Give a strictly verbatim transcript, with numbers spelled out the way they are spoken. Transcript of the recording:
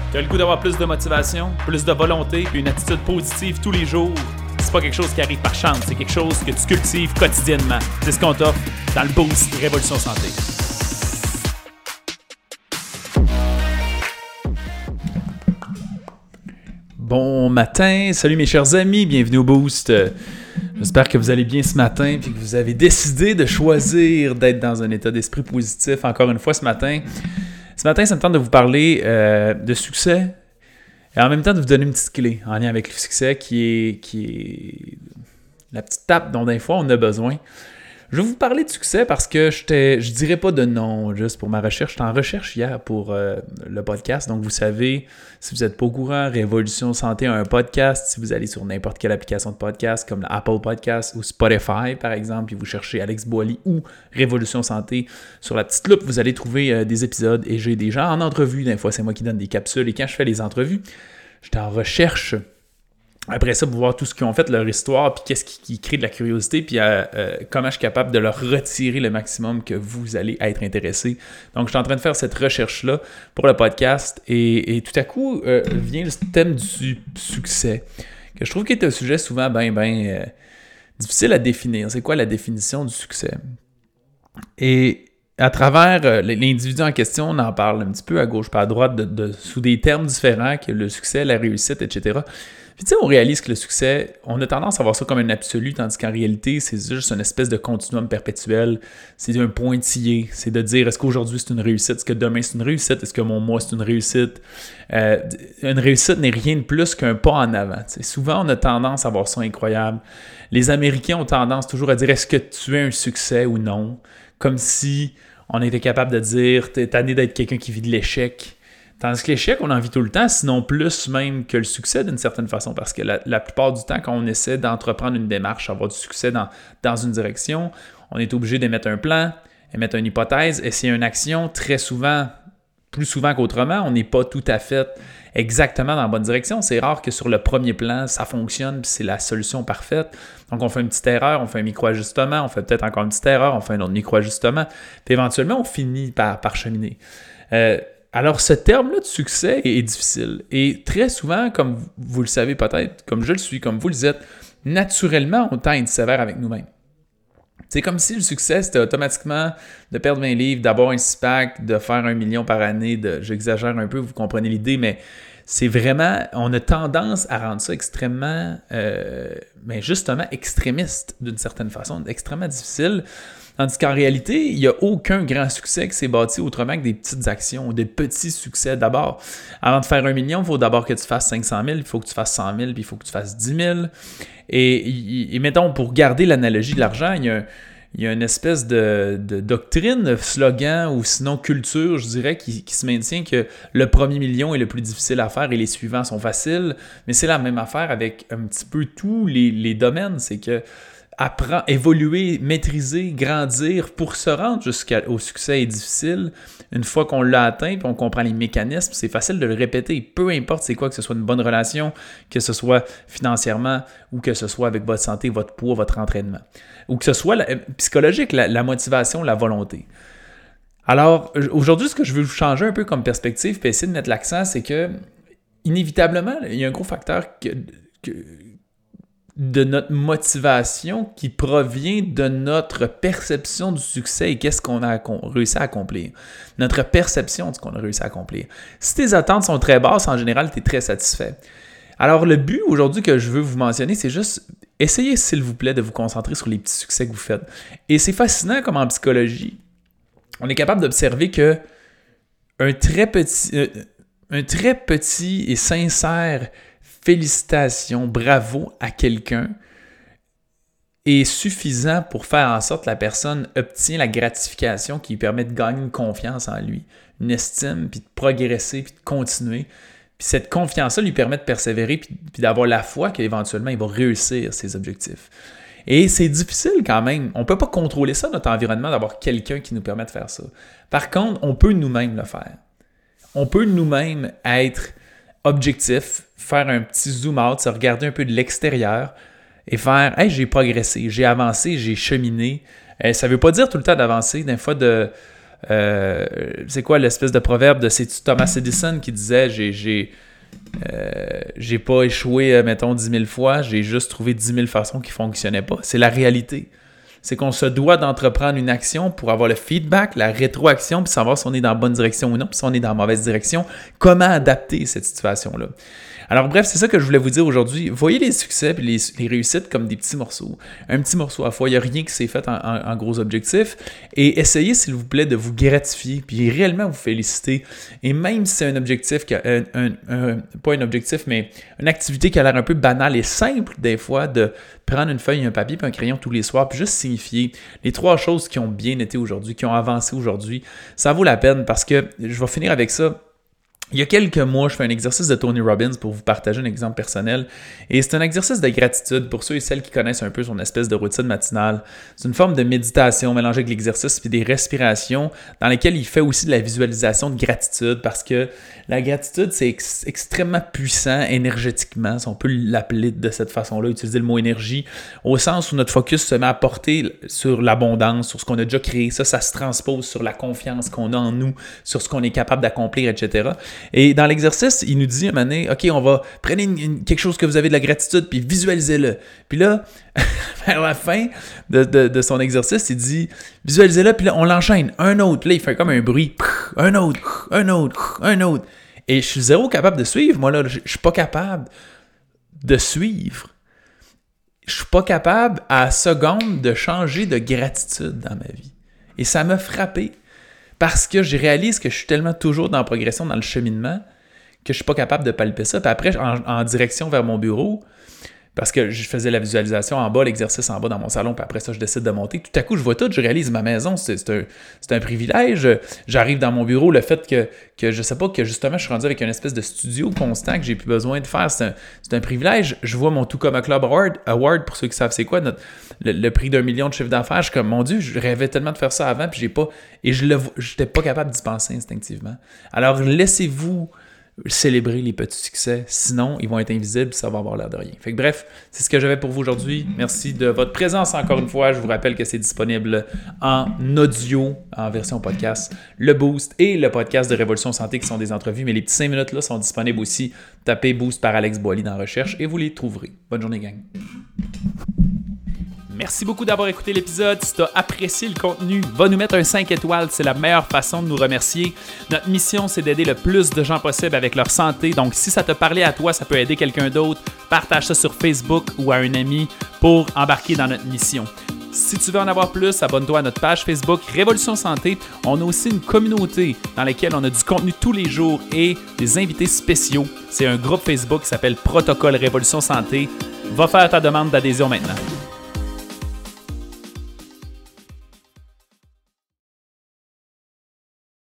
Tu as le goût d'avoir plus de motivation, plus de volonté, puis une attitude positive tous les jours. C'est pas quelque chose qui arrive par chance, c'est quelque chose que tu cultives quotidiennement. C'est ce qu'on t'offre dans le Boost Révolution Santé. Bon matin, salut mes chers amis, bienvenue au Boost. J'espère que vous allez bien ce matin et que vous avez décidé de choisir d'être dans un état d'esprit positif encore une fois ce matin. Ce matin, ça me tente de vous parler euh, de succès et en même temps de vous donner une petite clé en lien avec le succès qui est, qui est la petite tape dont des fois on a besoin. Je vais vous parler de succès parce que je ne dirais pas de nom juste pour ma recherche. J'étais en recherche hier pour euh, le podcast. Donc, vous savez, si vous n'êtes pas au courant, Révolution Santé a un podcast. Si vous allez sur n'importe quelle application de podcast comme l'Apple Podcast ou Spotify, par exemple, et vous cherchez Alex Boily ou Révolution Santé sur la petite loupe, vous allez trouver euh, des épisodes et j'ai des gens en entrevue. Des fois, c'est moi qui donne des capsules. Et quand je fais les entrevues, j'étais en recherche. Après ça, pour voir tout ce qu'ils ont fait, leur histoire, puis qu'est-ce qui, qui crée de la curiosité, puis euh, euh, comment je suis capable de leur retirer le maximum que vous allez être intéressé. Donc, je suis en train de faire cette recherche-là pour le podcast, et, et tout à coup, euh, vient le thème du succès, que je trouve qu'il est un sujet souvent bien, bien euh, difficile à définir. C'est quoi la définition du succès? Et à travers euh, l'individu en question, on en parle un petit peu à gauche, pas à droite, de, de, sous des termes différents, que le succès, la réussite, et cetera. Puis tu sais, on réalise que le succès, on a tendance à voir ça comme un absolu, tandis qu'en réalité, c'est juste une espèce de continuum perpétuel. C'est un pointillé. C'est de dire, est-ce qu'aujourd'hui c'est une réussite? Est-ce que demain c'est une réussite? Est-ce que mon mois c'est une réussite? Euh, une réussite n'est rien de plus qu'un pas en avant. T'sais, souvent, on a tendance à voir ça incroyable. Les Américains ont tendance toujours à dire, est-ce que tu as un succès ou non? Comme si on était capable de dire, t'es tanné d'être quelqu'un qui vit de l'échec. Tandis que l'échec, on en vit tout le temps, sinon plus même que le succès d'une certaine façon, parce que la, la plupart du temps, quand on essaie d'entreprendre une démarche, avoir du succès dans, dans une direction, on est obligé d'émettre un plan, émettre une hypothèse, essayer une action. Très souvent, plus souvent qu'autrement, on n'est pas tout à fait exactement dans la bonne direction. C'est rare que sur le premier plan, ça fonctionne puis c'est la solution parfaite. Donc, on fait une petite erreur, on fait un micro-ajustement, on fait peut-être encore une petite erreur, on fait un autre micro-ajustement, puis éventuellement, on finit par, par cheminer. Euh, Alors, ce terme-là de succès est difficile. Et très souvent, comme vous le savez peut-être, comme je le suis, comme vous le êtes, naturellement, on tend à être sévère avec nous-mêmes. C'est comme si le succès, c'était automatiquement de perdre vingt livres, d'avoir un six-pack, de faire un million par année. De, j'exagère un peu, vous comprenez l'idée, mais c'est vraiment, on a tendance à rendre ça extrêmement, euh, mais justement extrémiste d'une certaine façon, extrêmement difficile. Tandis qu'en réalité, il n'y a aucun grand succès qui s'est bâti autrement que des petites actions, des petits succès. D'abord, avant de faire un million, il faut d'abord que tu fasses cinq cent mille, il faut que tu fasses cent mille, puis il faut que tu fasses dix mille. Et, et, et mettons, pour garder l'analogie de l'argent, il y a, il y a une espèce de, de doctrine, slogan ou sinon culture, je dirais, qui, qui se maintient que le premier million est le plus difficile à faire et les suivants sont faciles. Mais c'est la même affaire avec un petit peu tous les, les domaines. C'est que apprendre, évoluer, maîtriser, grandir pour se rendre jusqu'au succès est difficile. Une fois qu'on l'a atteint et on comprend les mécanismes, c'est facile de le répéter. Peu importe c'est quoi, que ce soit une bonne relation, que ce soit financièrement ou que ce soit avec votre santé, votre poids, votre entraînement. Ou que ce soit la, psychologique, la, la motivation, la volonté. Alors, aujourd'hui, ce que je veux vous changer un peu comme perspective et essayer de mettre l'accent, c'est que, inévitablement, il y a un gros facteur que, que de notre motivation qui provient de notre perception du succès et qu'est-ce qu'on a réussi à accomplir. Notre perception de ce qu'on a réussi à accomplir. Si tes attentes sont très basses, en général, tu es très satisfait. Alors, le but aujourd'hui que je veux vous mentionner, c'est juste essayez, s'il vous plaît, de vous concentrer sur les petits succès que vous faites. Et c'est fascinant comme en psychologie, on est capable d'observer que un très petit, euh, un très petit et sincère félicitations, bravo à quelqu'un est suffisant pour faire en sorte que la personne obtient la gratification qui lui permet de gagner une confiance en lui, une estime, puis de progresser, puis de continuer. Puis cette confiance-là lui permet de persévérer, puis, puis d'avoir la foi qu'éventuellement il va réussir ses objectifs. Et c'est difficile quand même. On ne peut pas contrôler ça, notre environnement, d'avoir quelqu'un qui nous permet de faire ça. Par contre, on peut nous-mêmes le faire. On peut nous-mêmes être objectif, faire un petit zoom out, se regarder un peu de l'extérieur et faire « Hey, j'ai progressé, j'ai avancé, j'ai cheminé. Euh, » Ça ne veut pas dire tout le temps d'avancer, des fois de, Euh, c'est quoi l'espèce de proverbe de c'est Thomas Edison qui disait j'ai, j'ai, euh, j'ai pas échoué, mettons, dix mille fois, j'ai juste trouvé dix mille façons qui fonctionnaient pas. C'est la réalité. C'est qu'on se doit d'entreprendre une action pour avoir le feedback, la rétroaction, puis savoir si on est dans la bonne direction ou non, puis si on est dans la mauvaise direction, comment adapter cette situation-là. Alors bref, c'est ça que je voulais vous dire aujourd'hui. Voyez les succès et les, les réussites comme des petits morceaux. Un petit morceau à la fois. Il n'y a rien qui s'est fait en, en, en gros objectif. Et essayez, s'il vous plaît, de vous gratifier puis réellement vous féliciter. Et même si c'est un objectif, qui a un, un, un, pas un objectif, mais une activité qui a l'air un peu banale et simple des fois, de prendre une feuille, un papier puis un crayon tous les soirs puis juste signifier les trois choses qui ont bien été aujourd'hui, qui ont avancé aujourd'hui, ça vaut la peine parce que je vais finir avec ça. Il y a quelques mois, je fais un exercice de Tony Robbins pour vous partager un exemple personnel. Et c'est un exercice de gratitude pour ceux et celles qui connaissent un peu son espèce de routine matinale. C'est une forme de méditation mélangée avec l'exercice puis des respirations dans lesquelles il fait aussi de la visualisation de gratitude parce que la gratitude, c'est ex- extrêmement puissant énergétiquement, si on peut l'appeler de cette façon-là, utiliser le mot énergie, au sens où notre focus se met à porter sur l'abondance, sur ce qu'on a déjà créé. Ça, ça se transpose sur la confiance qu'on a en nous, sur ce qu'on est capable d'accomplir, et cetera. Et dans l'exercice, il nous dit à un moment donné, OK, on va prendre une, une, quelque chose que vous avez de la gratitude, puis visualisez-le. Puis là, vers la fin de, de, de son exercice, il dit, visualisez-le, puis là, on l'enchaîne. Un autre. Puis là, il fait comme un bruit. Un autre, un autre, un autre. Et je suis zéro capable de suivre. Moi, là, je, je suis pas capable de suivre. Je suis pas capable, à seconde, de changer de gratitude dans ma vie. Et ça m'a frappé. Parce que je réalise que je suis tellement toujours dans la progression, dans le cheminement, que je ne suis pas capable de palper ça. Puis après, en, en direction vers mon bureau, parce que je faisais la visualisation en bas, l'exercice en bas dans mon salon, puis après ça, je décide de monter. Tout à coup, je vois tout, je réalise ma maison, c'est, c'est, un, c'est un privilège. J'arrive dans mon bureau, le fait que, que je ne sais pas, que justement, je suis rendu avec une espèce de studio constant que j'ai plus besoin de faire, c'est un, c'est un privilège. Je vois mon Tout Comme Club Award, Award, pour ceux qui savent c'est quoi, notre, le, le prix d'un million de chiffre d'affaires. Je suis comme, mon Dieu, je rêvais tellement de faire ça avant, puis j'ai pas, et je n'étais pas capable d'y penser instinctivement. Alors, laissez-vous célébrer les petits succès, sinon ils vont être invisibles, ça va avoir l'air de rien. Fait que bref, c'est ce que j'avais pour vous aujourd'hui. Merci de votre présence encore une fois. Je vous rappelle que c'est disponible en audio, en version podcast, le Boost et le podcast de Révolution Santé qui sont des entrevues, mais les petits cinq minutes là sont disponibles aussi. Tapez Boost par Alex Boily dans Recherche et vous les trouverez. Bonne journée, gang. Merci beaucoup d'avoir écouté l'épisode. Si tu as apprécié le contenu, va nous mettre un cinq étoiles. C'est la meilleure façon de nous remercier. Notre mission, c'est d'aider le plus de gens possible avec leur santé. Donc, si ça t'a parlé à toi, ça peut aider quelqu'un d'autre. Partage ça sur Facebook ou à un ami pour embarquer dans notre mission. Si tu veux en avoir plus, abonne-toi à notre page Facebook Révolution Santé. On a aussi une communauté dans laquelle on a du contenu tous les jours et des invités spéciaux. C'est un groupe Facebook qui s'appelle Protocole Révolution Santé. Va faire ta demande d'adhésion maintenant.